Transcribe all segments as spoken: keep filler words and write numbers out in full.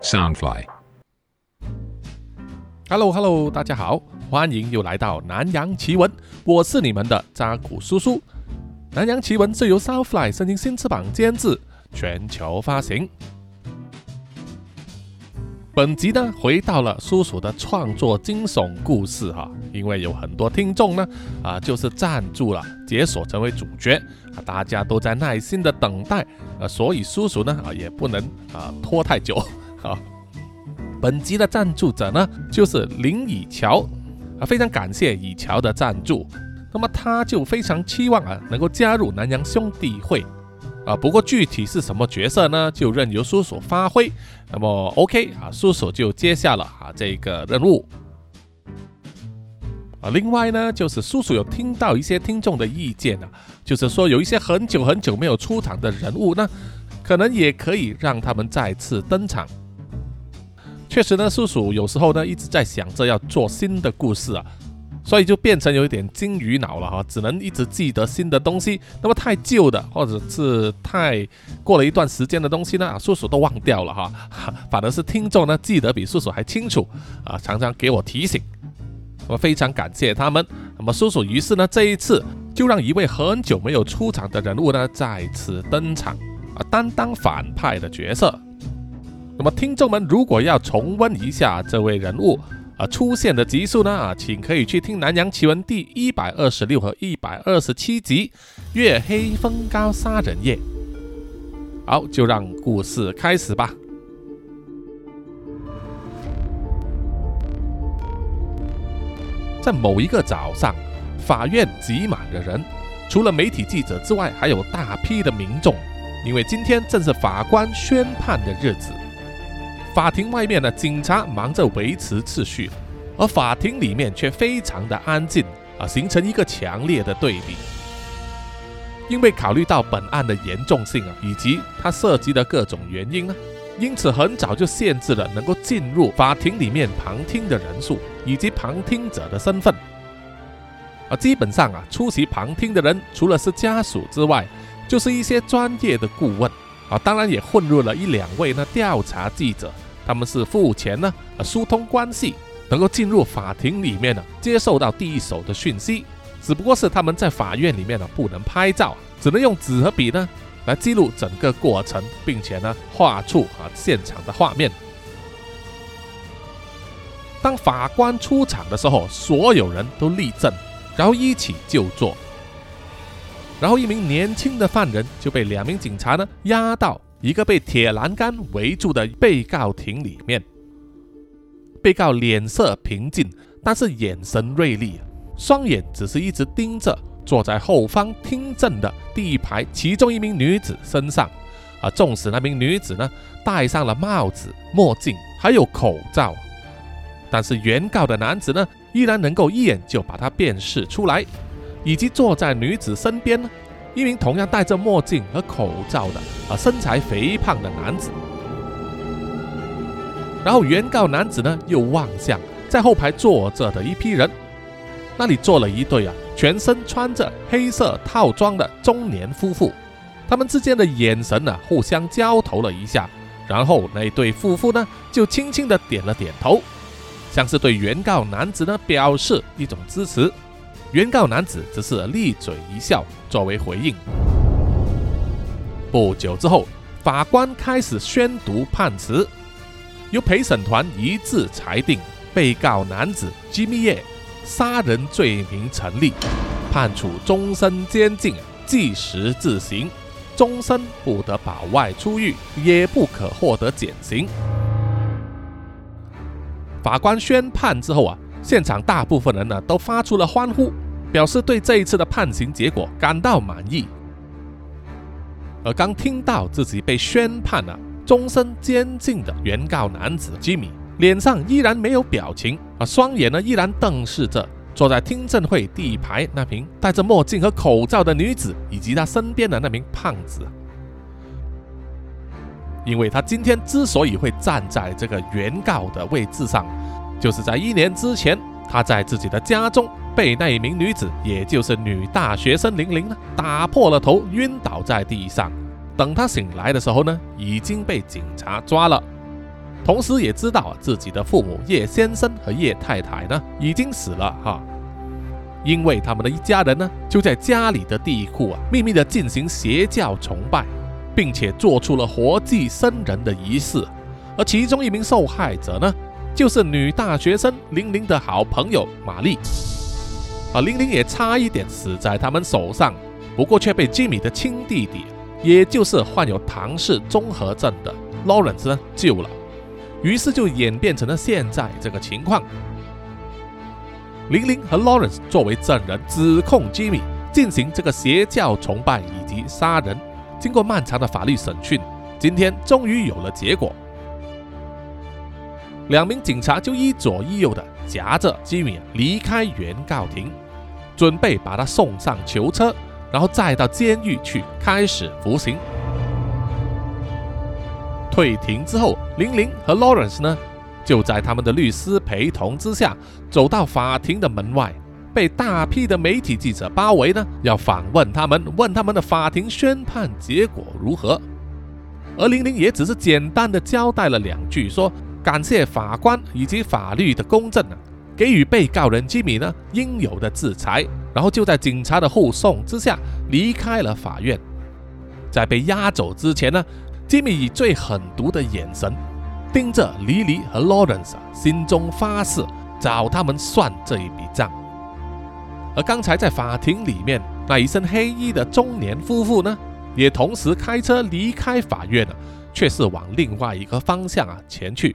Soundfly。Hello Hello， 大家好，欢迎又来到南洋奇闻，我是你们的扎古叔叔。南洋奇闻是由 Soundfly 声音新翅膀监制，全球发行。本集呢，回到了叔叔的创作惊悚故事哈，因为有很多听众呢，啊、呃，就是赞助了，解锁成为主角啊，大家都在耐心的等待，呃，所以叔叔呢，啊，也不能啊拖太久啊。本集的赞助者呢，就是林以乔啊，非常感谢以乔的赞助。那么他就非常期望啊，能够加入南洋兄弟会。啊，不过具体是什么角色呢？就任由叔叔发挥。那么 OK 啊，叔叔就接下了啊这个任务。啊，另外呢，就是叔叔有听到一些听众的意见啊，就是说有一些很久很久没有出场的人物呢，可能也可以让他们再次登场。确实呢，叔叔有时候呢一直在想着要做新的故事啊。所以就变成有一点金鱼脑了哈，只能一直记得新的东西，那么太旧的或者是太过了一段时间的东西呢，叔叔都忘掉了哈，反而是听众呢记得比叔叔还清楚啊，常常给我提醒，我非常感谢他们。那么叔叔于是呢这一次就让一位很久没有出场的人物呢再次登场啊，担当反派的角色。那么听众们如果要重温一下这位人物啊，出现的集数呢啊，请可以去听《南洋奇闻》第一百二十六和一百二十七集《月黑风高杀人夜》。好，就让故事开始吧。在某一个早上，法院挤满了人，除了媒体记者之外，还有大批的民众，因为今天正是法官宣判的日子。法庭外面的警察忙着维持秩序，而法庭里面却非常的安静啊，形成一个强烈的对比。因为考虑到本案的严重性啊，以及它涉及的各种原因呢，因此很早就限制了能够进入法庭里面旁听的人数以及旁听者的身份。啊，基本上啊，出席旁听的人除了是家属之外，就是一些专业的顾问。啊，当然也混入了一两位呢调查记者，他们是付钱呢，啊，疏通关系，能够进入法庭里面呢，接受到第一手的讯息。只不过是他们在法院里面呢不能拍照，只能用纸和笔呢来记录整个过程，并且呢画出啊现场的画面。当法官出场的时候，所有人都立正，然后一起就坐。然后一名年轻的犯人就被两名警察呢押到一个被铁栏杆围住的被告庭里面。被告脸色平静，但是眼神锐利，双眼只是一直盯着坐在后方听证的第一排其中一名女子身上。啊，纵使那名女子呢戴上了帽子、墨镜还有口罩，但是原告的男子呢依然能够一眼就把她辨识出来。以及坐在女子身边呢，一名同样戴着墨镜和口罩的啊身材肥胖的男子。然后原告男子呢又望向在后排坐着的一批人，那里坐了一对啊全身穿着黑色套装的中年夫妇，他们之间的眼神呢互相交投了一下，然后那一对夫妇呢就轻轻的点了点头，像是对原告男子呢表示一种支持。原告男子只是咧嘴一笑作为回应。不久之后，法官开始宣读判词，由陪审团一致裁定被告男子 Jimmy Ye 杀人罪名成立，判处终身监禁，即时自刑，终身不得保外出狱，也不可获得减刑。法官宣判之后啊，现场大部分人呢都发出了欢呼，表示对这一次的判刑结果感到满意。而刚听到自己被宣判了终身监禁的原告男子 Jimmy， 脸上依然没有表情，而双眼呢依然瞪视着坐在听证会第一排那名戴着墨镜和口罩的女子，以及她身边的那名胖子。因为他今天之所以会站在这个原告的位置上，就是在一年之前，他在自己的家中被那一名女子，也就是女大学生玲玲呢，打破了头，晕倒在地上。等他醒来的时候呢，已经被警察抓了。 同时也知道啊自己的父母叶先生和叶太太呢已经死了哈，因为他们的一家人呢就在家里的地库啊秘密的进行邪教崇拜，并且做出了活祭生人的仪式，而其中一名受害者呢就是女大学生玲玲的好朋友玛丽，而玲玲也差一点死在他们手上，不过却被吉米的亲弟弟，也就是患有唐氏综合症的 Lawrence 呢救了，于是就演变成了现在这个情况。玲玲和 Lawrence 作为证人指控吉米进行这个邪教崇拜以及杀人，经过漫长的法律审讯，今天终于有了结果。两名警察就一左一右的夹着吉米离开原告庭，准备把他送上囚车，然后再到监狱去开始服刑。退庭之后，玲玲和 Lawrence 呢就在他们的律师陪同之下走到法庭的门外，被大批的媒体记者包围呢，要访问他们，问他们的法庭宣判结果如何。而玲玲也只是简单的交代了两句，说感谢法官以及法律的公正、啊、给予被告人吉米呢应有的制裁，然后就在警察的护送之下离开了法院。在被押走之前呢，吉米以最狠毒的眼神盯着莉莉和 Lawrence， 心中发誓找他们算这一笔账。而刚才在法庭里面那一身黑衣的中年夫妇呢，也同时开车离开法院了，却是往另外一个方向啊前去。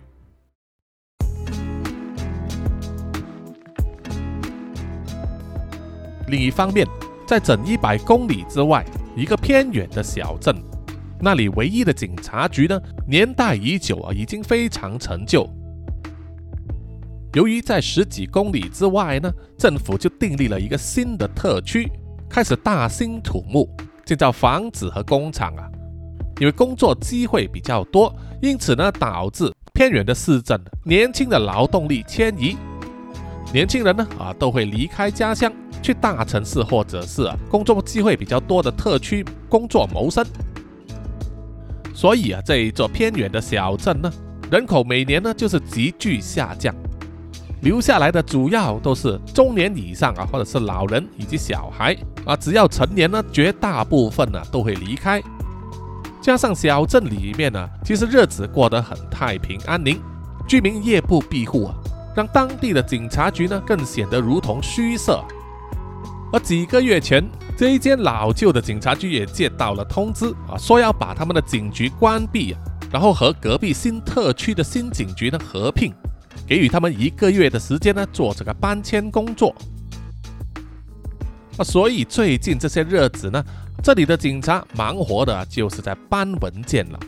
另一方面，在整一百公里之外，一个偏远的小镇，那里唯一的警察局呢，年代已久啊，已经非常陈旧。由于在十几公里之外呢，政府就订立了一个新的特区，开始大兴土木，建造房子和工厂啊。因为工作机会比较多，因此呢，导致偏远的市镇年轻的劳动力迁移，年轻人呢啊都会离开家乡，去大城市或者是、啊、工作机会比较多的特区工作谋生。所以啊，这一座偏远的小镇呢，人口每年呢就是急剧下降，留下来的主要都是中年以上啊，或者是老人以及小孩啊。只要成年呢，绝大部分呢都会离开。加上小镇里面呢，其实日子过得很太平安宁，居民夜不闭户啊，让当地的警察局呢更显得如同虚设。而几个月前，这一间老旧的警察局也接到了通知啊，说要把他们的警局关闭啊，然后和隔壁新特区的新警局呢合并，给予他们一个月的时间呢做这个搬迁工作。啊，所以最近这些日子呢，这里的警察忙活的就是在搬文件了。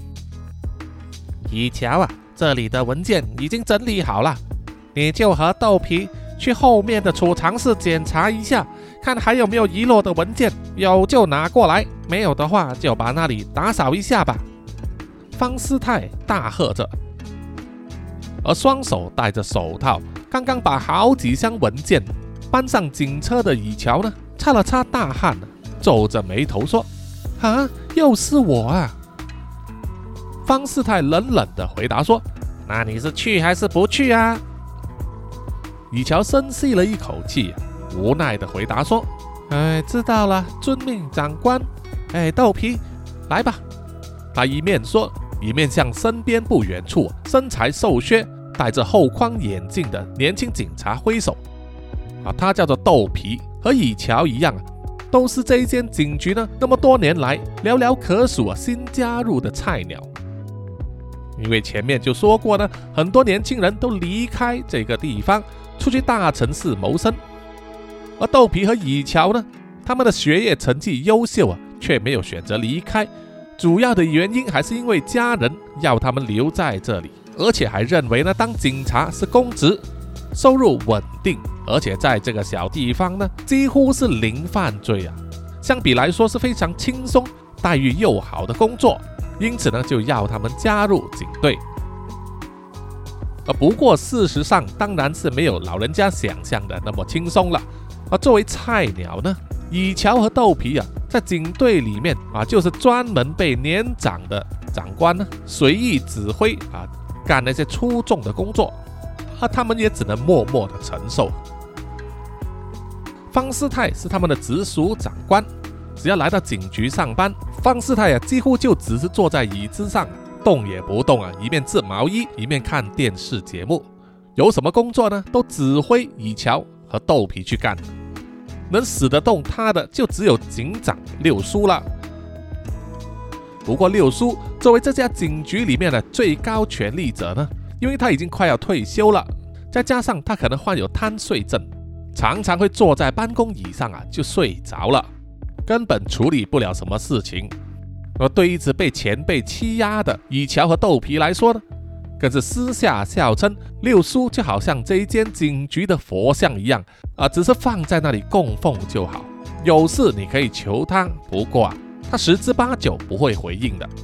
一瞧啊，这里的文件已经整理好了，你就和豆皮去后面的储藏室检查一下，看还有没有遗落的文件，有就拿过来，没有的话就把那里打扫一下吧。方斯泰大喝着，而双手戴着手套，刚刚把好几箱文件搬上警车的以乔呢，擦了擦大汗，皱着眉头说：“啊，又是我啊！”方斯泰冷冷地回答说：“那你是去还是不去啊？”以乔深吸了一口气，无奈地回答说：“哎，知道了，遵命，长官。哎，豆皮，来吧。”他一面说，一面向身边不远处身材瘦削、戴着厚框眼镜的年轻警察挥手。啊，他叫做豆皮，和以乔一样，都是这一间警局呢那么多年来寥寥可数啊新加入的菜鸟。因为前面就说过呢，很多年轻人都离开这个地方，出去大城市谋生。而豆皮和以乔呢，他们的学业成绩优秀啊，却没有选择离开。主要的原因还是因为家人要他们留在这里，而且还认为呢，当警察是公职，收入稳定，而且在这个小地方呢，几乎是零犯罪啊，相比来说是非常轻松、待遇又好的工作，因此呢，就要他们加入警队。而不过事实上当然是没有老人家想象的那么轻松了。而作为菜鸟呢，以乔和豆皮啊，在警队里面啊，就是专门被年长的长官呢随意指挥啊， 干那些粗重的工作，而他们也只能默默的承受。方世泰是他们的直属长官，只要来到警局上班，方世泰啊几乎就只是坐在椅子上动也不动啊，一面织毛衣，一面看电视节目。有什么工作呢，都指挥以乔和豆皮去干。能使得动他的就只有警长六叔了。不过六叔作为这家警局里面的最高权力者呢，因为他已经快要退休了，再加上他可能患有贪睡症，常常会坐在办公椅上啊就睡着了，根本处理不了什么事情。而对一直被前辈欺压的以乔和豆皮来说呢，更是私下笑称六叔就好像这一间警局的佛像一样啊，只是放在那里供奉就好，有事你可以求他，不过啊他十之八九不会回应的。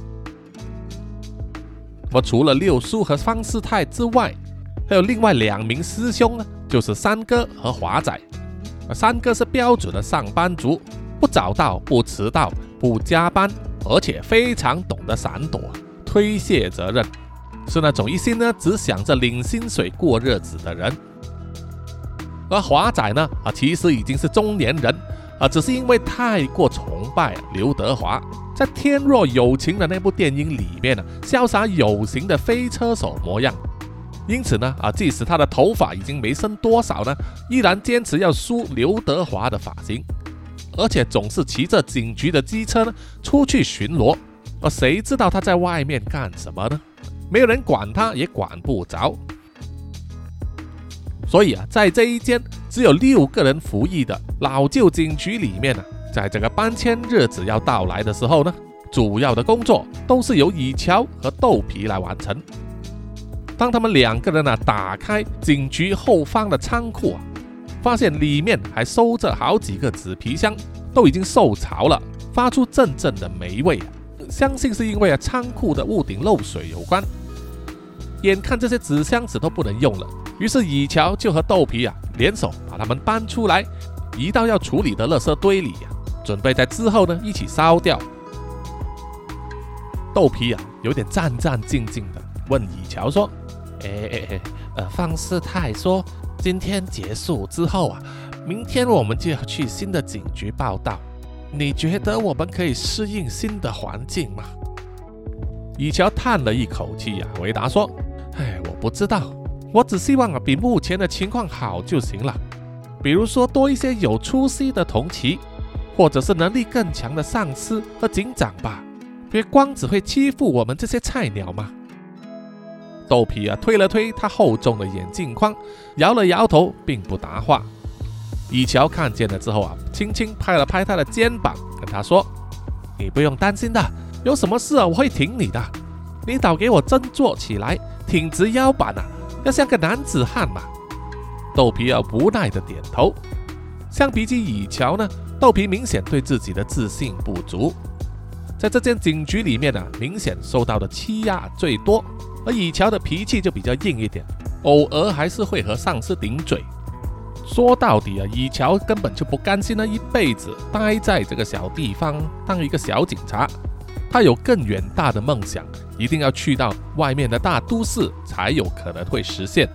而除了六叔和方世泰之外，还有另外两名师兄呢，就是三哥和华仔。三哥是标准的上班族，不早到，不迟到，不加班，而且非常懂得闪躲、推卸责任，是那种一心呢只想着领薪水过日子的人。而华仔呢啊，其实已经是中年人啊，只是因为太过崇拜刘德华，在《天若有情》的那部电影里面呢，潇洒有型的飞车手模样。因此呢啊，即使他的头发已经没剩多少呢，依然坚持要梳刘德华的发型，而且总是骑着警局的机车呢出去巡逻。而谁知道他在外面干什么呢？没有人管他，也管不着。所以啊，在这一间只有六个人服役的老旧警局里面呢，在这个搬迁日子要到来的时候呢，主要的工作都是由以乔和豆皮来完成。当他们两个人啊打开警局后方的仓库啊，发现里面还收着好几个纸皮箱，都已经受潮了，发出阵阵的霉味啊。相信是因为啊仓库的屋顶漏水有关。眼看这些纸箱子都不能用了，于是以乔就和豆皮啊联手把它们搬出来，移到要处理的垃圾堆里啊，准备在之后呢一起烧掉。豆皮啊有点战战兢兢的问以乔说：“哎哎哎，呃，方世泰说今天结束之后啊，明天我们就要去新的警局报到。你觉得我们可以适应新的环境吗？”以乔叹了一口气啊，回答说：“哎，我不知道，我只希望啊比目前的情况好就行了。比如说多一些有出息的同期，或者是能力更强的上司和警长吧，别光只会欺负我们这些菜鸟嘛。”豆皮啊推了推他厚重的眼镜框，摇了摇头，并不答话。以乔看见了之后啊，轻轻拍了拍他的肩膀，跟他说：“你不用担心的，有什么事啊我会挺你的。你倒给我振作起来，挺直腰板啊，要像个男子汉嘛。”豆皮啊无奈的点头。相比起以乔呢，豆皮明显对自己的自信不足。在这间警局里面啊，明显受到的欺压最多，而以乔的脾气就比较硬一点，偶尔还是会和上司顶嘴。说到底啊，以乔根本就不甘心呢一辈子待在这个小地方当一个小警察，他有更远大的梦想，一定要去到外面的大都市才有可能会实现。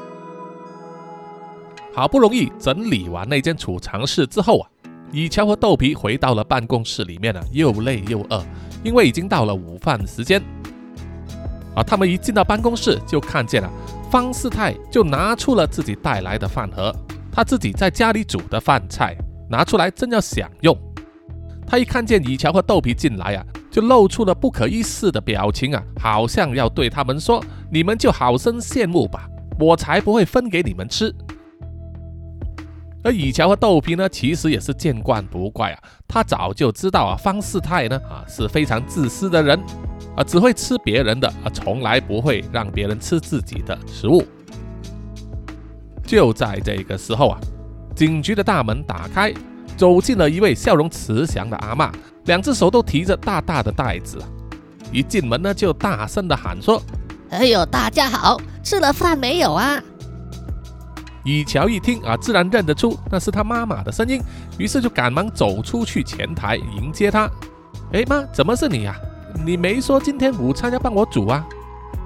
好不容易整理完那间储藏室之后啊，以乔和豆皮回到了办公室里面啊，又累又饿，因为已经到了午饭时间。啊，他们一进到办公室就看见了方世泰，就拿出了自己带来的饭盒，他自己在家里煮的饭菜拿出来正要享用。他一看见以乔和豆皮进来啊，就露出了不可一世的表情啊，好像要对他们说：“你们就好生羡慕吧，我才不会分给你们吃。”而以乔和豆皮呢，其实也是见惯不怪啊，他早就知道啊，方世泰呢啊是非常自私的人啊，只会吃别人的啊，从来不会让别人吃自己的食物。就在这个时候啊，警局的大门打开，走进了一位笑容慈祥的阿嬷，两只手都提着大大的袋子，一进门呢就大声的喊说：“ 哎呦，大家好，吃了饭没有啊？” 以乔一听啊，自然认得出那是他妈妈的声音，于是就赶忙走出去前台迎接她。“哎妈，怎么是你啊？你没说今天午餐要帮我煮啊？”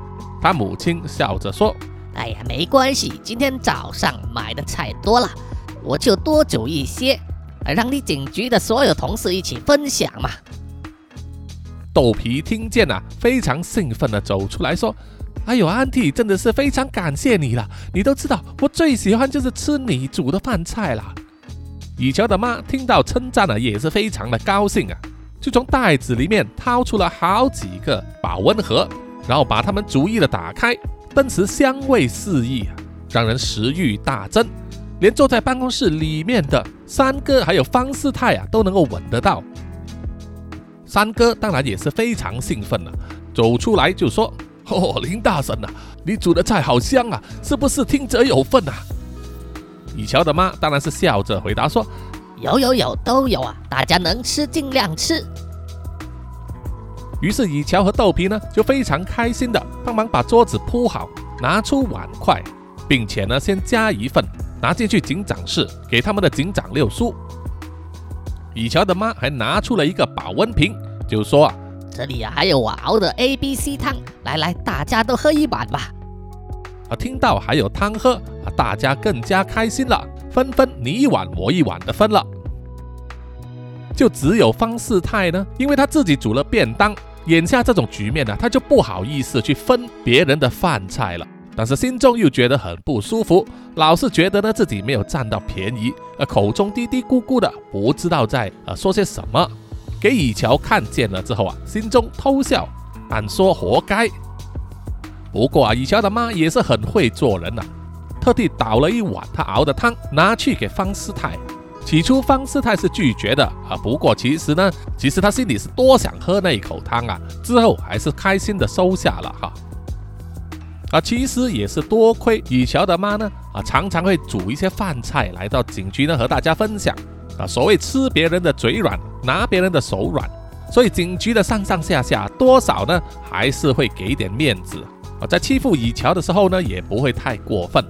他母亲笑着说： 哎呀，没关系，今天早上买的菜多了，我就多煮一些，让你警局的所有同事一起分享嘛。 豆皮听见啊，非常兴奋地走出来说：哎呦，安迪，真的是非常感谢你了，你都知道我最喜欢就是吃你煮的饭菜啦。以乔的妈听到称赞啊，也是非常的高兴啊，就从袋子里面掏出了好几个保温盒，然后把它们逐一的打开，顿时香味四溢啊，让人食欲大增，连坐在办公室里面的三哥还有方世泰啊都能够闻得到。三哥当然也是非常兴奋了，走出来就说：哦，林大神啊，你煮的菜好香啊，是不是听者有份啊？以乔的妈当然是笑着回答说： 有有有，都有啊，大家能吃尽量吃。 于是以乔和豆皮呢就非常开心的帮忙把桌子铺好，拿出碗筷，并且呢先加一份拿进去警长室给他们的警长六叔。以乔的妈还拿出了一个保温瓶，就说啊： 这里啊还有我熬的 A B C 汤，来来，大家都喝一碗吧。 啊，听到还有汤喝啊，大家更加开心了，纷纷你一碗我一碗的分了。就只有方世泰呢，因为他自己煮了便当，眼下这种局面呢，他就不好意思去分别人的饭菜了，但是心中又觉得很不舒服，老是觉得呢自己没有占到便宜，呃，口中嘀嘀咕咕的，不知道在呃说些什么。给以乔看见了之后啊，心中偷笑，暗说活该。不过啊，以乔的妈也是很会做人啊，特地倒了一碗他熬的汤拿去给方世泰。起初方世泰是拒绝的啊，不过其实呢，其实他心里是多想喝那一口汤啊，之后还是开心的收下了哈。啊，其实也是多亏以乔的妈呢啊，常常会煮一些饭菜来到警局呢和大家分享啊。所谓吃别人的嘴软，拿别人的手软，所以警局的上上下下多少呢还是会给一点面子啊，在欺负以乔的时候呢也不会太过分。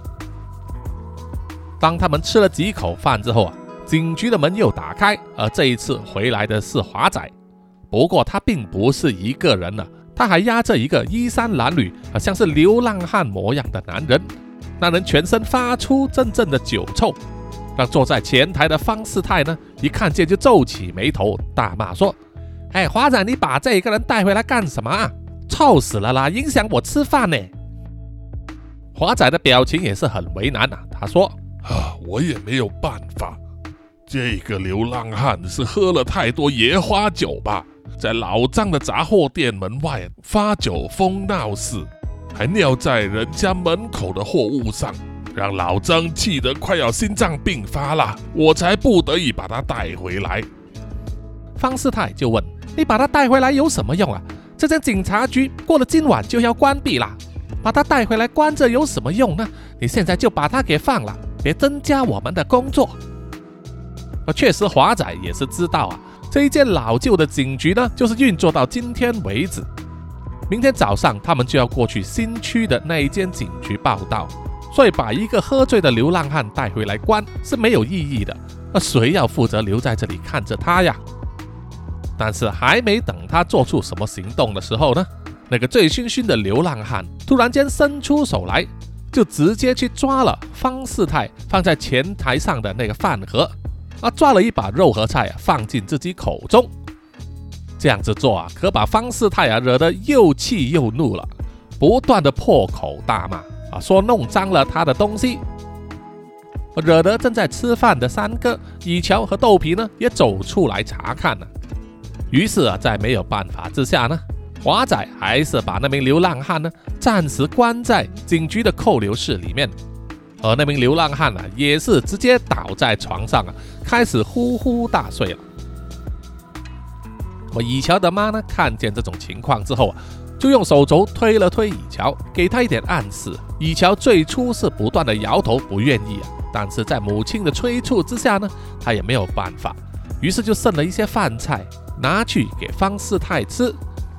当他们吃了几口饭之后啊，警局的门又打开，而这一次回来的是华仔。不过他并不是一个人呢、啊，他还押着一个衣衫褴褛、啊、像是流浪汉模样的男人。那人全身发出阵阵的酒臭，让坐在前台的方世泰呢，一看见就皱起眉头，大骂说：哎，华仔，你把这个人带回来干什么啊？臭死了啦，影响我吃饭呢。华仔的表情也是很为难啊，他说： 啊，我也没有办法，这个流浪汉是喝了太多野花酒吧，在老张的杂货店门外发酒疯闹事，还尿在人家门口的货物上，让老张气得快要心脏病发了，我才不得已把他带回来。 方世泰就问：你把他带回来有什么用啊？这间警察局过了今晚就要关闭啦，把他带回来关着有什么用呢？你现在就把他给放了，别增加我们的工作。确实华仔也是知道啊，这一间老旧的警局呢，就是运作到今天为止。明天早上他们就要过去新区的那一间警局报到，所以把一个喝醉的流浪汉带回来关是没有意义的。那谁要负责留在这里看着他呀？但是还没等他做出什么行动的时候呢，那个醉醺醺的流浪汉突然间伸出手来，就直接去抓了方世泰放在前台上的那个饭盒，啊，抓了一把肉和菜、啊、放进自己口中。这样子做啊，可把方世泰啊惹得又气又怒了，不断的破口大骂啊，说弄脏了他的东西，惹得正在吃饭的三哥、以乔和豆皮呢也走出来查看了。于是啊，在没有办法之下呢，华仔还是把那名流浪汉呢暂时关在警局的扣留室里面，而那名流浪汉啊也是直接倒在床上啊，开始呼呼大睡了。我以乔的妈呢看见这种情况之后啊，就用手肘推了推以乔，给他一点暗示。以乔最初是不断的摇头不愿意啊，但是在母亲的催促之下呢，他也没有办法，于是就剩了一些饭菜拿去给方世泰吃。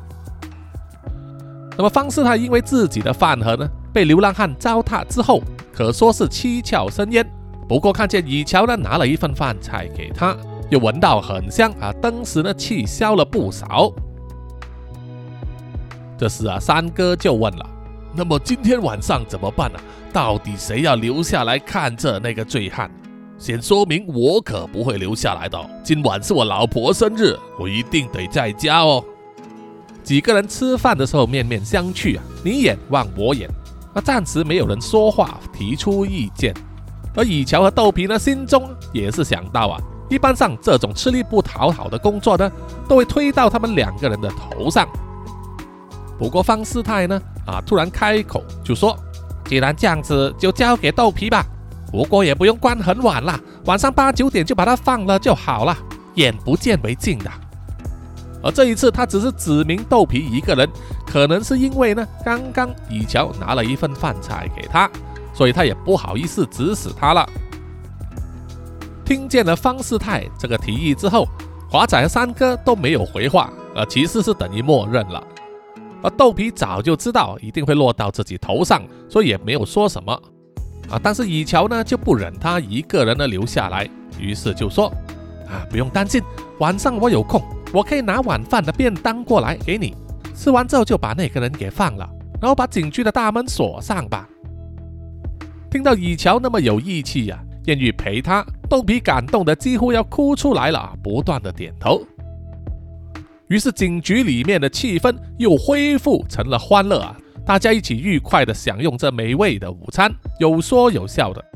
那么方世泰因为自己的饭盒呢被流浪汉糟蹋之后，可说是七窍生烟。不过看见以乔呢拿了一份饭菜给他，又闻到很香啊，当时呢气消了不少。这时啊，三哥就问了： 那么今天晚上怎么办啊？到底谁要留下来看着那个醉汉？先说明我可不会留下来的哦，今晚是我老婆生日，我一定得在家哦。 几个人吃饭的时候面面相觑啊，你眼望我眼，那暂时没有人说话提出意见。而以乔和豆皮呢，心中也是想到啊，一般上这种吃力不讨好的工作呢，都会推到他们两个人的头上。不过方师太呢，啊，突然开口就说：“既然这样子，就交给豆皮吧。不过也不用关很晚啦，晚上八九点就把它放了就好了，眼不见为净的。”而这一次，他只是指明豆皮一个人，可能是因为呢，刚刚以乔拿了一份饭菜给他，所以他也不好意思指使他了。听见了方师太这个提议之后，华仔和三哥都没有回话，呃，其实是等于默认了。而豆皮早就知道一定会落到自己头上，所以也没有说什么啊。但是以乔呢就不忍他一个人呢留下来，于是就说：“啊，不用担心，晚上我有空，我可以拿晚饭的便当过来给你，吃完之后就把那个人给放了，然后把警局的大门锁上吧。”听到以乔那么有义气啊，愿意陪他，豆皮感动的几乎要哭出来了，不断的点头。于是警局里面的气氛又恢复成了欢乐啊，大家一起愉快的享用这美味的午餐，有说有笑的。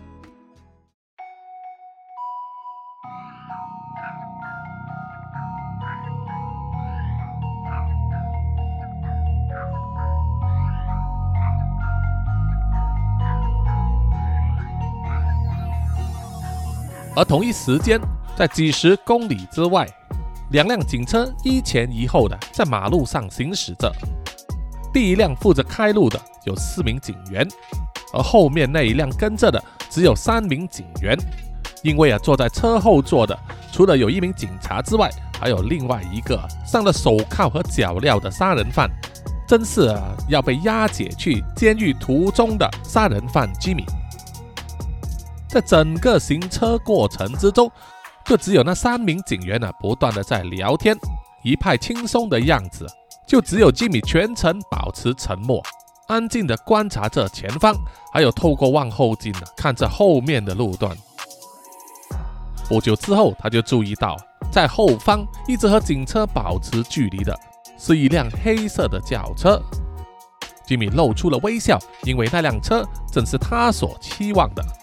而同一时间，在几十公里之外，两辆警车一前一后的在马路上行驶着。第一辆负责开路的有四名警员，而后面那一辆跟着的只有三名警员。因为啊，坐在车后座的除了有一名警察之外，还有另外一个上了手铐和脚镣的杀人犯，真是啊要被押解去监狱途中的杀人犯吉米。在整个行车过程之中，就只有那三名警员啊，不断的在聊天，一派轻松的样子。就只有吉米全程保持沉默，安静的观察着前方，还有透过望后镜啊，看着后面的路段。不久之后，他就注意到，在后方一直和警车保持距离的，是一辆黑色的轿车。吉米露出了微笑，因为那辆车正是他所期望的。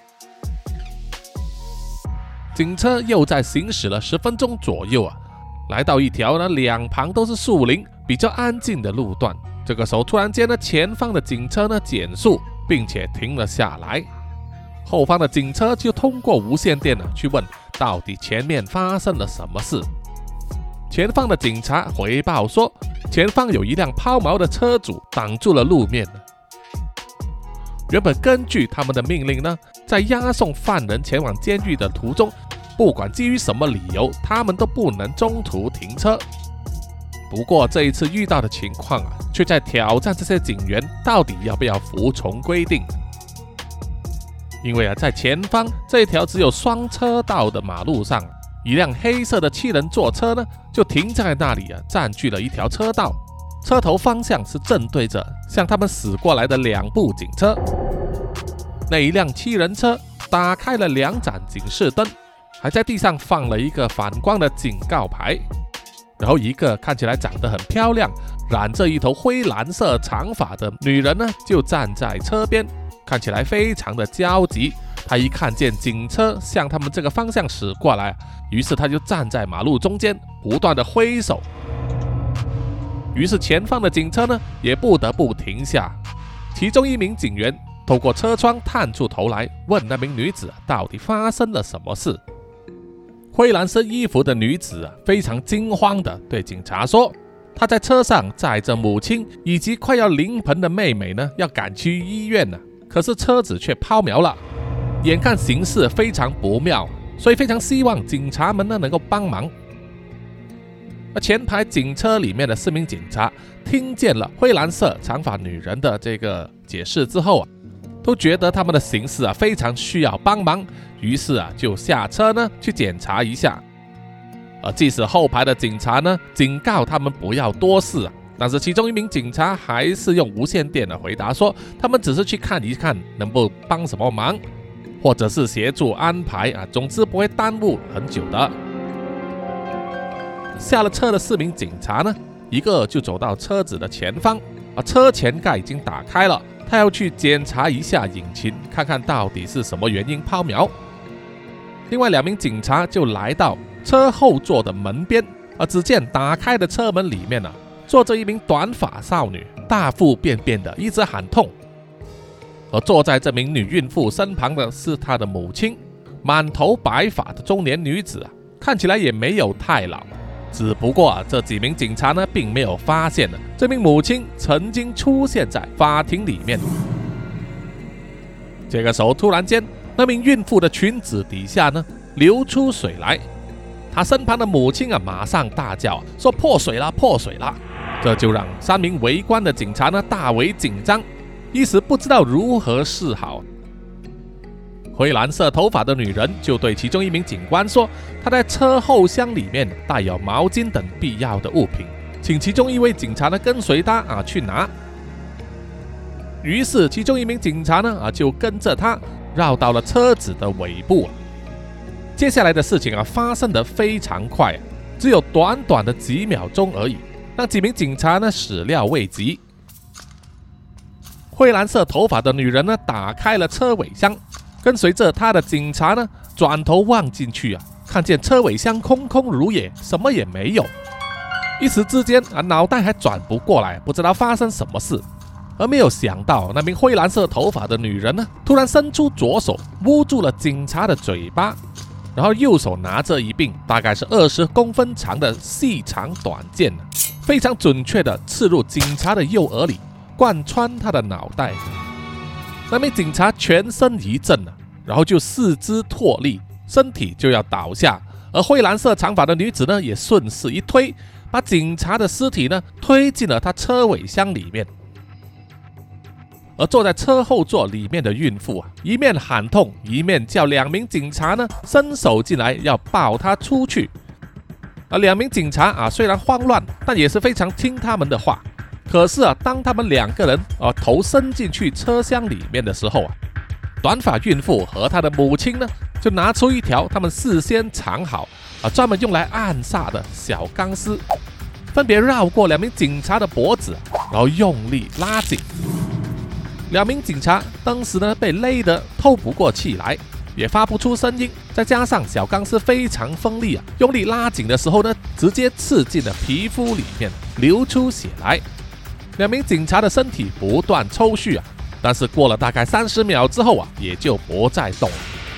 警车又在行驶了十分钟左右啊，来到一条呢两旁都是树林、比较安静的路段。这个时候，突然间呢，前方的警车呢减速，并且停了下来。后方的警车就通过无线电呢去问，到底前面发生了什么事。前方的警察回报说，前方有一辆抛锚的车主挡住了路面。原本根据他们的命令呢，在押送犯人前往监狱的途中，不管基于什么理由，他们都不能中途停车。不过这一次遇到的情况啊，却在挑战这些警员到底要不要服从规定。因为啊，在前方这条只有双车道的马路上，一辆黑色的七人座车呢，就停在那里啊，占据了一条车道。车头方向是正对着向他们驶过来的两部警车。那一辆七人车打开了两盏警示灯，还在地上放了一个反光的警告牌。然后一个看起来长得很漂亮、染着一头灰蓝色长发的女人呢，就站在车边，看起来非常的焦急。她一看见警车向他们这个方向驶过来，于是她就站在马路中间，不断的挥手。于是前方的警车呢，也不得不停下。其中一名警员透过车窗探出头来，问那名女子到底发生了什么事。灰蓝色衣服的女子啊，非常惊慌地对警察说，她在车上载着母亲以及快要临盆的妹妹呢，要赶去医院呢，可是车子却抛锚了，眼看形势非常不妙，所以非常希望警察们呢能够帮忙。而前排警车里面的四名警察听见了灰蓝色长发女人的这个解释之后啊，都觉得他们的形势啊非常需要帮忙，于是啊就下车呢去检查一下。而即使后排的警察呢警告他们不要多事啊， 但是其中一名警察还是用无线电的回答说，他们只是去看一看能不帮什么忙，或者是协助安排啊，总之不会耽误很久的。下了车的四名警察呢，一个就走到车子的前方，啊，车前盖已经打开了，他要去检查一下引擎，看看到底是什么原因抛锚。另外两名警察就来到车后座的门边，而只见打开的车门里面呢、啊，坐着一名短发少女，大腹便便的一直喊痛。而坐在这名女孕妇身旁的是她的母亲，满头白发的中年女子啊，看起来也没有太老。只不过啊，这几名警察呢，并没有发现呢，这名母亲曾经出现在法庭里面。这个时候，突然间，那名孕妇的裙子底下呢，流出水来。她身旁的母亲啊，马上大叫、啊、说破水了，破水了。这就让三名围观的警察呢，大为紧张，一时不知道如何是好。灰蓝色头发的女人就对其中一名警官说，她在车后箱里面带有毛巾等必要的物品，请其中一位警察呢跟随她啊去拿。于是其中一名警察呢啊就跟着她绕到了车子的尾部、啊。接下来的事情啊发生得非常快、啊，只有短短的几秒钟而已，让几名警察呢始料未及。灰蓝色头发的女人呢打开了车尾箱，跟随着她的警察呢转头望进去啊，看见车尾箱空空如也，什么也没有。一时之间啊脑袋还转不过来，不知道发生什么事。而没有想到，那名灰蓝色头发的女人呢，突然伸出左手捂住了警察的嘴巴，然后右手拿着一柄大概是二十公分长的细长短剑，非常准确地刺入警察的右耳里，贯穿他的脑袋。那名警察全身一震，然后就四肢脱力，身体就要倒下。而灰蓝色长发的女子呢，也顺势一推，把警察的尸体呢推进了他车尾箱里面。而坐在车后座里面的孕妇啊，一面喊痛，一面叫两名警察呢伸手进来要抱她出去。而两名警察啊虽然慌乱，但也是非常听他们的话。可是啊，当他们两个人啊头伸进去车厢里面的时候啊，短发孕妇和她的母亲呢就拿出一条他们事先藏好啊专门用来暗杀的小钢丝，分别绕过两名警察的脖子，然后用力拉紧。两名警察当时呢被勒得透不过气来，也发不出声音，再加上小钢丝非常锋利啊，用力拉紧的时候呢，直接刺进了皮肤里面，流出血来。两名警察的身体不断抽搐啊，但是过了大概三十秒之后啊，也就不再动了。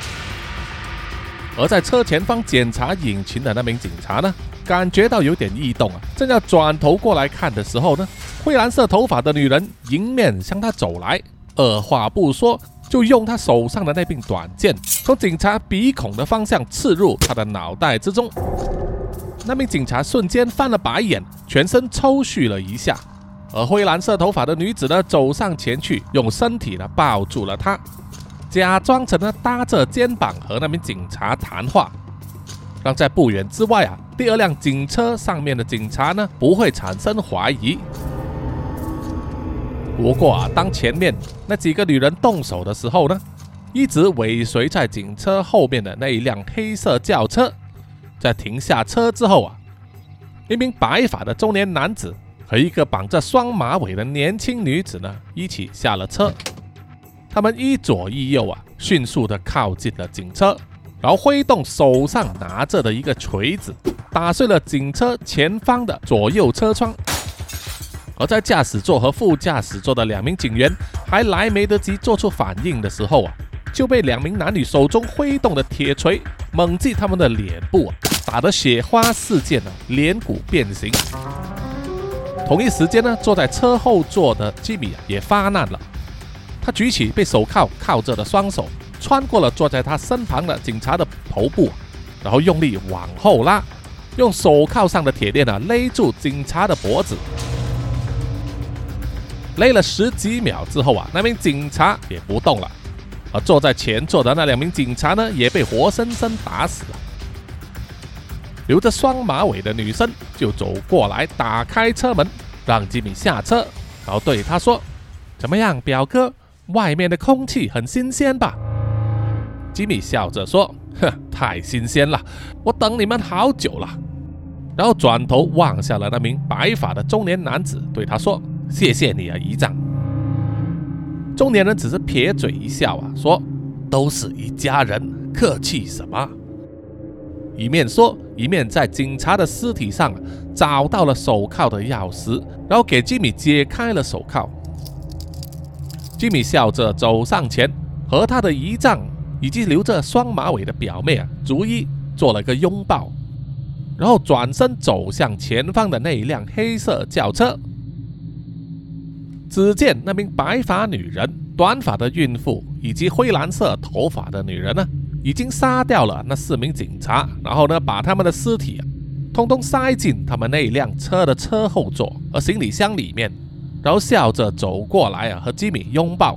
而在车前方检查引擎的那名警察呢，感觉到有点异动啊，正要转头过来看的时候呢，灰蓝色头发的女人迎面向他走来，二话不说就用他手上的那柄短剑从警察鼻孔的方向刺入他的脑袋之中。那名警察瞬间翻了白眼，全身抽搐了一下。而灰蓝色头发的女子呢，走上前去，用身体呢抱住了他，假装成呢搭着肩膀和那名警察谈话，让在不远之外啊，第二辆警车上面的警察呢不会产生怀疑。不过啊，当前面那几个女人动手的时候呢，一直尾随在警车后面的那一辆黑色轿车，在停下车之后啊，一名白发的中年男子和一个绑着双马尾的年轻女子呢，一起下了车。他们一左一右啊，迅速地靠近了警车，然后挥动手上拿着的一个锤子，打碎了警车前方的左右车窗。而在驾驶座和副驾驶座的两名警员还来没得及做出反应的时候啊，就被两名男女手中挥动的铁锤猛击他们的脸部啊，打得血花四溅啊，脸骨变形。同一时间呢，坐在车后座的吉米也发难了，他举起被手铐铐着的双手，穿过了坐在他身旁的警察的头部，然后用力往后拉，用手铐上的铁链啊勒住警察的脖子。勒了十几秒之后啊，那名警察也不动了，而坐在前座的那两名警察呢，也被活生生打死了。留着双马尾的女生就走过来，打开车门， 让吉米下车，然后对他说：“怎么样，表哥？外面的空气很新鲜吧？”吉米笑着说：“哼，太新鲜了，我等你们好久了。”然后转头望向了那名白发的中年男子，对他说：“谢谢你啊，姨丈。”中年人只是撇嘴一笑啊，说：“都是一家人，客气什么？”一面说，一面在警察的尸体上找到了手铐的钥匙，然后给吉米解开了手铐。吉米笑着走上前，和他的姨丈以及留着双马尾的表妹啊，逐一做了个拥抱，然后转身走向前方的那一辆黑色轿车。只见那名白发女人、短发的孕妇以及灰蓝色头发的女人呢，已经杀掉了那四名警察，然后呢，把他们的尸体啊，通通塞进他们那一辆车的车后座和行李箱里面，然后笑着走过来啊，和吉米拥抱。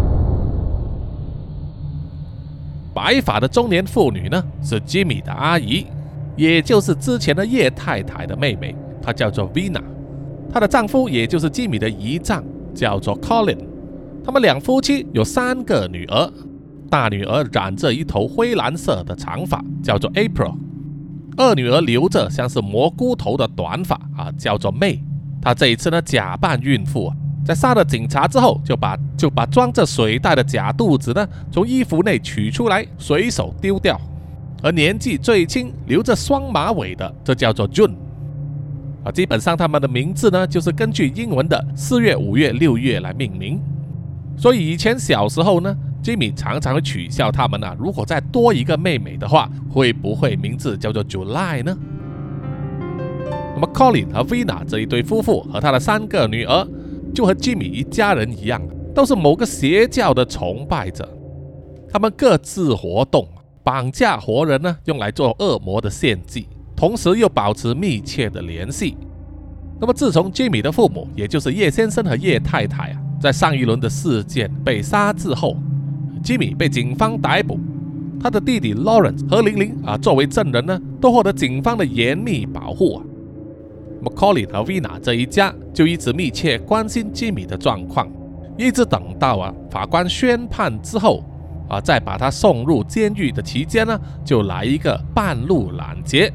白发的中年妇女呢，是吉米的阿姨，也就是之前的叶太太的妹妹，她叫做 Vina。她的丈夫也就是吉米的姨丈，叫做 Colin。他们两夫妻有三个女儿，大女儿染着一头灰蓝色的长发，叫做 April； 二女儿留着像是蘑菇头的短发啊，叫做 May。她这一次呢，假扮孕妇啊，在杀了警察之后，就把就把装着水袋的假肚子呢，从衣服内取出来，随手丢掉。而年纪最轻、留着双马尾的，这叫做 June。啊，基本上他们的名字呢，就是根据英文的四月、五月、六月来命名。所以以前小时候呢，吉米常常会取笑他们啊，如果再多一个妹妹的话，会不会名字叫做 July 呢？那么 Colin 和 Vina 这一对夫妇和他的三个女儿，就和吉米一家人一样，都是某个邪教的崇拜者。他们各自活动，绑架活人呢，用来做恶魔的献祭，同时又保持密切的联系。那么自从吉米的父母，也就是叶先生和叶太太啊，在上一轮的事件被杀之后，吉米被警方逮捕，他的弟弟 Lawrence 和玲玲啊，作为证人呢，都获得警方的严密保护啊。那么 Colin 和 Vina 这一家就一直密切关心吉米的状况，一直等到啊法官宣判之后啊，再把他送入监狱的期间呢，就来一个半路拦截。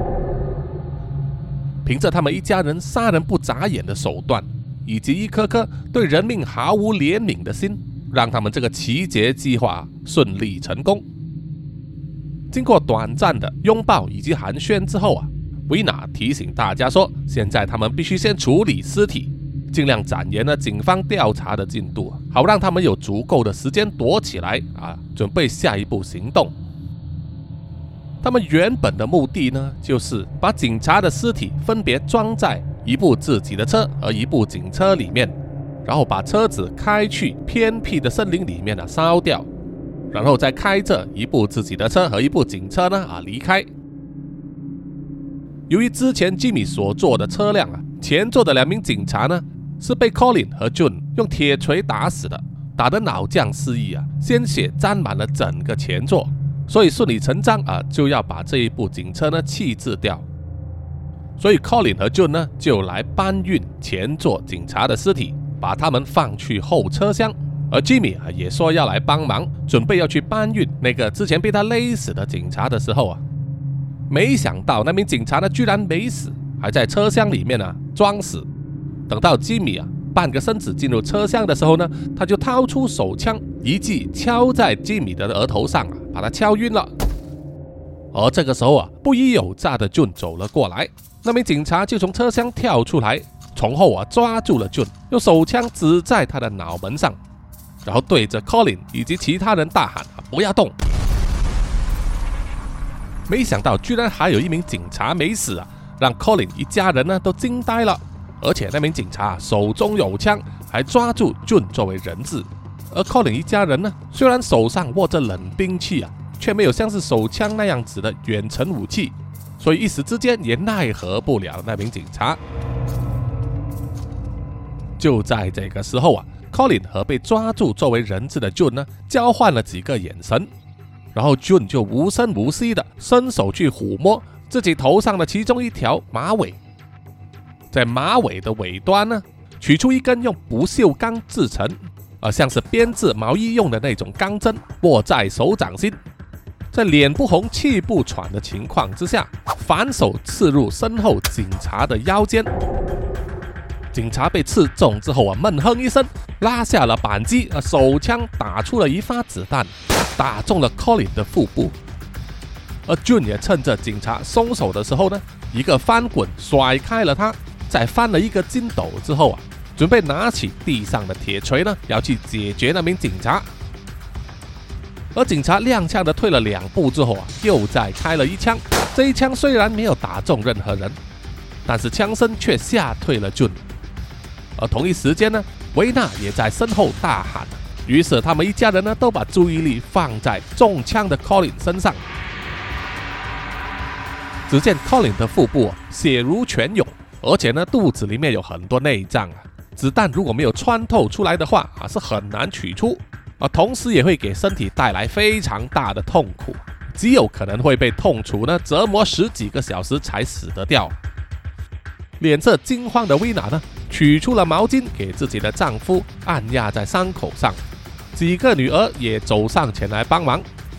凭着他们一家人杀人不眨眼的手段，以及一颗颗对人命毫无怜悯的心，让他们这个奇劫计划顺利成功。经过短暂的拥抱以及寒暄之后啊，维娜提醒大家说，现在他们必须先处理尸体，尽量展延了警方调查的进度，好让他们有足够的时间躲起来啊，准备下一步行动。他们原本的目的呢，就是把警察的尸体分别装在一部自己的车和一部警车里面，然后把车子开去偏僻的森林里面啊烧掉，然后再开着一部自己的车和一部警车呢啊离开。由于之前吉米所坐的车辆啊，前座的两名警察呢是被 Colin 和 June 用铁锤打死的，打得脑浆四溢啊，鲜血沾满了整个前座，所以顺理成章啊就要把这一部警车呢弃置掉。所以 Colin 和 June 呢就来搬运前座警察的尸体，把他们放去后车厢。而 Jimmy 啊也说要来帮忙，准备要去搬运那个之前被他勒死的警察的时候啊，没想到那名警察呢居然没死，还在车厢里面啊装死。等到 Jimmy 啊半个身子进入车厢的时候呢，他就掏出手枪，一记敲在 Jimmy 的额头上啊，把他敲晕了。而这个时候啊，不疑有诈的 June 走了过来，那名警察就从车厢跳出来，从后啊抓住了 June， 用手枪指在他的脑门上，然后对着 Colin 以及其他人大喊、啊、不要动。没想到居然还有一名警察没死啊，让 Colin 一家人呢都惊呆了。而且那名警察手中有枪，还抓住 June 作为人质。而 Colin 一家人呢，虽然手上握着冷兵器啊，却没有像是手枪那样子的远程武器，所以一时之间也奈何不了那名警察。就在这个时候啊 ，Colin 和被抓住作为人质的 June 呢，交换了几个眼神，然后 June 就无声无息的伸手去抚摸自己头上的其中一条马尾。 在马尾的尾端呢，取出一根用不锈钢制成，呃，像是编制毛衣用的那种钢针，握在手掌心，在脸不红气不喘的情况之下，反手刺入身后警察的腰间。警察被刺中之后啊，闷哼一声，拉下了扳机，啊，手枪打出了一发子弹，打中了 Colin 的腹部。而 June 也趁着警察松手的时候呢，一个翻滚甩开了他，再翻了一个筋斗之后啊，准备拿起地上的铁锤呢，要去解决那名警察。而警察踉跄的退了两步之后啊，又再开了一枪。这一枪虽然没有打中任何人，但是枪声却吓退了 June。而同一时间呢，维娜也在身后大喊，于是他们一家人呢都把注意力放在中枪的 Colin 身上。只见 Colin 的腹部血如泉涌，而且呢肚子里面有很多内脏啊，子弹如果没有穿透出来的话啊，是很难取出啊，同时也会给身体带来非常大的痛苦，极有可能会被痛楚呢折磨十几个小时才死得掉。脸色惊慌的维娜呢，取出了毛巾给自己的丈夫按压在伤口上，几个女儿也走上前来帮忙。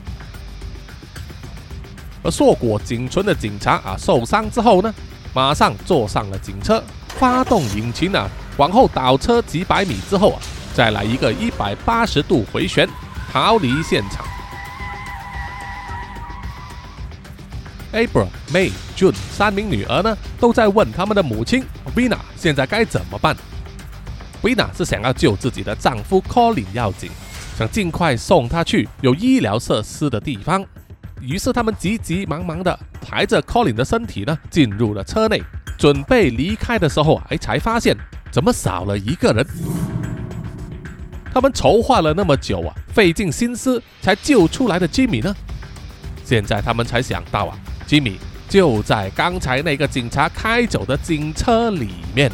而硕果仅存的警察啊，受伤之后呢，马上坐上了警车，发动引擎啊，往后倒车几百米之后啊，再来一个一百八十度回旋，逃离现场。April、May、June 三名女儿呢，都在问他们的母亲 Vina 现在该怎么办。Vina 是想要救自己的丈夫 Colin 要紧，想尽快送他去有医疗设施的地方。于是他们急急忙忙的抬着 Colin 的身体呢，进入了车内，准备离开的时候啊，才发现怎么少了一个人。他们筹划了那么久啊，费尽心思才救出来的 Jimmy 呢？现在他们才想到啊，Jimmy 就在刚才那个警察开走的警车里面。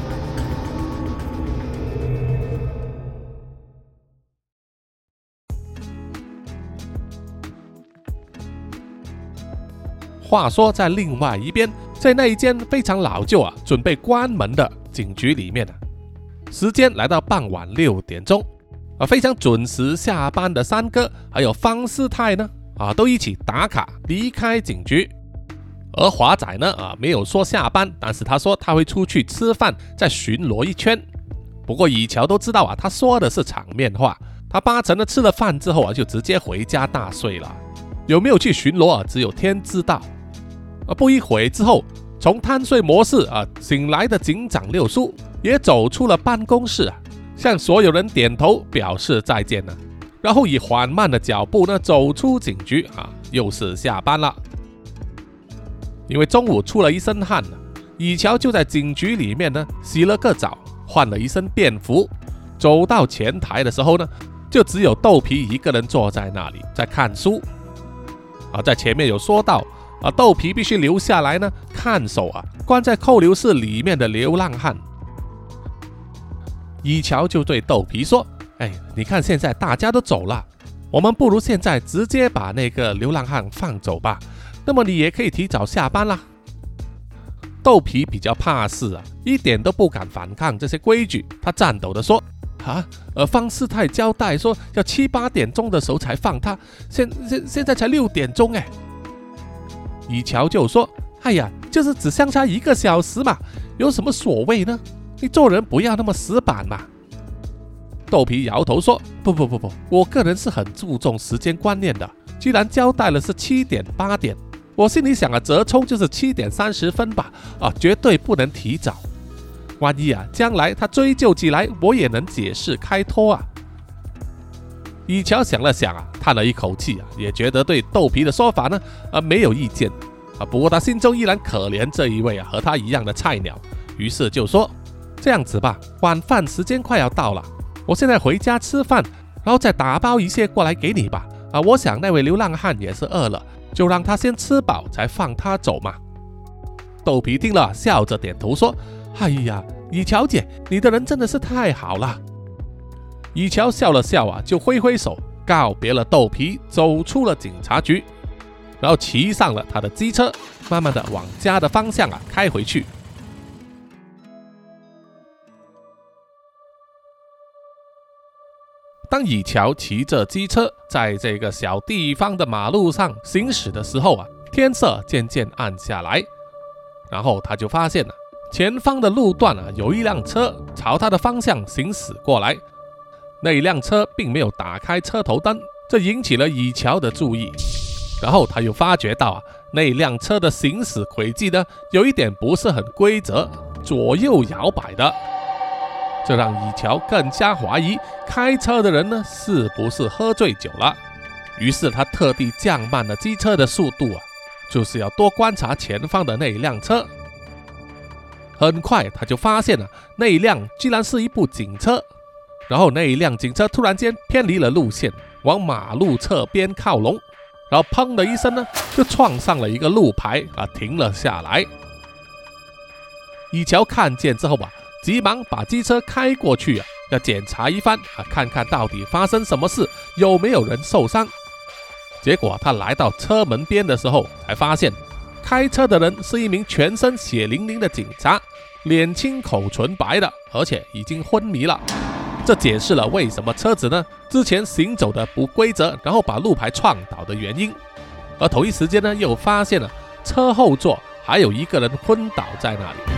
话说在另外一边，在那一间非常老旧啊，准备关门的警局里面啊，时间来到傍晚六点钟啊，非常准时下班的三哥还有方师太呢啊，都一起打卡离开警局。而华仔呢啊，没有说下班，但是他说他会出去吃饭，再巡逻一圈。不过以乔都知道啊，他说的是场面话，他八成的吃了饭之后啊，就直接回家大睡了。有没有去巡逻啊，只有天知道。啊，不一会之后，从贪睡模式啊醒来的警长六叔也走出了办公室啊，向所有人点头表示再见了，然后以缓慢的脚步呢走出警局啊，又是下班了。因为中午出了一身汗了，以乔就在警局里面呢洗了个澡，换了一身便服，走到前台的时候呢，就只有豆皮一个人坐在那里在看书。啊，在前面有说到啊，豆皮必须留下来呢看守啊关在扣留室里面的流浪汉。以乔就对豆皮说：“哎，你看现在大家都走了，我们不如现在直接把那个流浪汉放走吧，那么你也可以提早下班啦。”豆皮比较怕事啊，一点都不敢反抗这些规矩，他颤抖地说：“啊，呃，方师太交代说要七八点钟的时候才放他，现现现在才六点钟哎。”以乔就说：“哎呀，就是只相差一个小时嘛，有什么所谓呢？你做人不要那么死板嘛。”豆皮摇头说：“不不不不，我个人是很注重时间观念的。既然交代了是七点八点，我心里想啊，折冲就是七点三十分吧，啊，绝对不能提早。万一啊，将来他追究起来，我也能解释开脱啊。”以乔想了想啊，叹了一口气啊，也觉得对豆皮的说法呢，啊没有意见啊。不过他心中依然可怜这一位啊和他一样的菜鸟，于是就说：“这样子吧，晚饭时间快要到了，我现在回家吃饭，然后再打包一些过来给你吧。啊，我想那位流浪汉也是饿了，就让他先吃饱才放他走嘛。”豆皮听了，笑着点头说：“哎呀，以乔姐，你的人真的是太好了。”以乔笑了笑啊，就挥挥手告别了豆皮，走出了警察局，然后骑上了他的机车，慢慢的往家的方向啊开回去。 当以乔骑着机车在这个小地方的马路上行驶的时候啊，天色渐渐暗下来，然后他就发现了前方的路段啊，有一辆车朝他的方向行驶过来。那一辆车并没有打开车头灯，这引起了以乔的注意。然后他又发觉到啊，那一辆车的行驶轨迹呢，有一点不是很规则，左右摇摆的。这让以乔更加怀疑开车的人呢是不是喝醉酒了。于是他特地降慢了机车的速度啊，就是要多观察前方的那一辆车。很快他就发现了那一辆居然是一部警车，然后那一辆警车突然间偏离了路线，往马路侧边靠拢，然后砰的一声呢，就撞上了一个路牌啊，停了下来。以乔看见之后啊，急忙把机车开过去啊，要检查一番啊，看看到底发生什么事，有没有人受伤。结果他来到车门边的时候，才发现开车的人是一名全身血淋淋的警察，脸青口唇白的，而且已经昏迷了。这解释了为什么车子呢之前行走的不规则，然后把路牌撞倒的原因。而同一时间呢，又发现了车后座还有一个人昏倒在那里。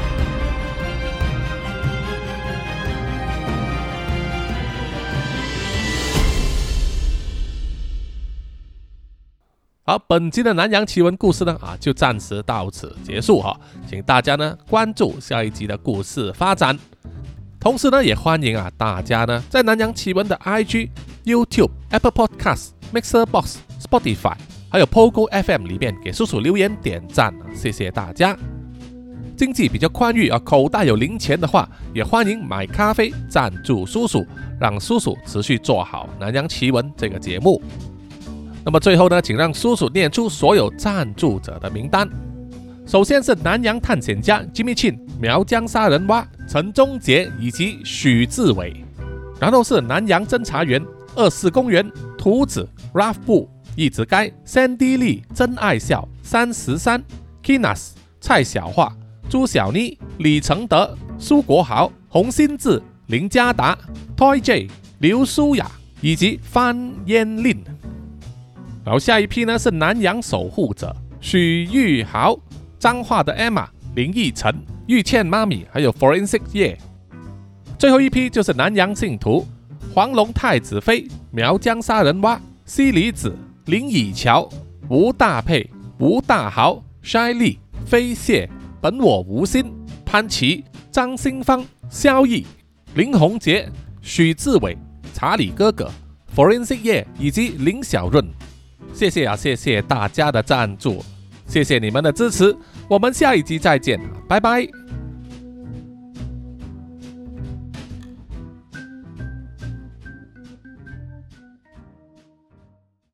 好，本期的南洋奇闻故事呢啊，就暂时到此结束哈，请大家呢关注下一集的故事发展。同时呢，也欢迎啊大家呢在南洋奇闻的 I G、YouTube、Apple Podcast、Mixer Box、Spotify 还有 Pogo F M 里面给叔叔留言点赞，谢谢大家。经济比较宽裕啊，口袋有零钱的话，也欢迎买咖啡赞助叔叔，让叔叔持续做好南洋奇闻这个节目。那么最后呢，请让叔叔念出所有赞助者的名单。首先是南洋探险家 Jimmy Chin、苗疆杀人蛙陈忠杰以及许志伟，然后是南洋侦查员二四公园图子 Ralph 布一直该 Sandy Lee 真爱笑三十三 Kinas 蔡小桦朱小妮李承德苏国豪洪新志林家达 Toy J 刘舒雅以及范嫣令。然后下一批呢是南洋守护者许玉豪、彰化的 Emma、林奕晨、玉倩妈咪还有 Forensic 叶。最后一批就是南洋信徒黄龙太子妃、苗疆杀人蛙、西里子、林以乔、吴大佩、吴大豪、筛利、飞蟹、本我无心、潘琪、张新芳、萧毅、林宏杰、许志伟、查理哥哥、Forensic 叶以及林小润。谢谢啊，谢谢大家的赞助，谢谢你们的支持，我们下一集再见，拜拜。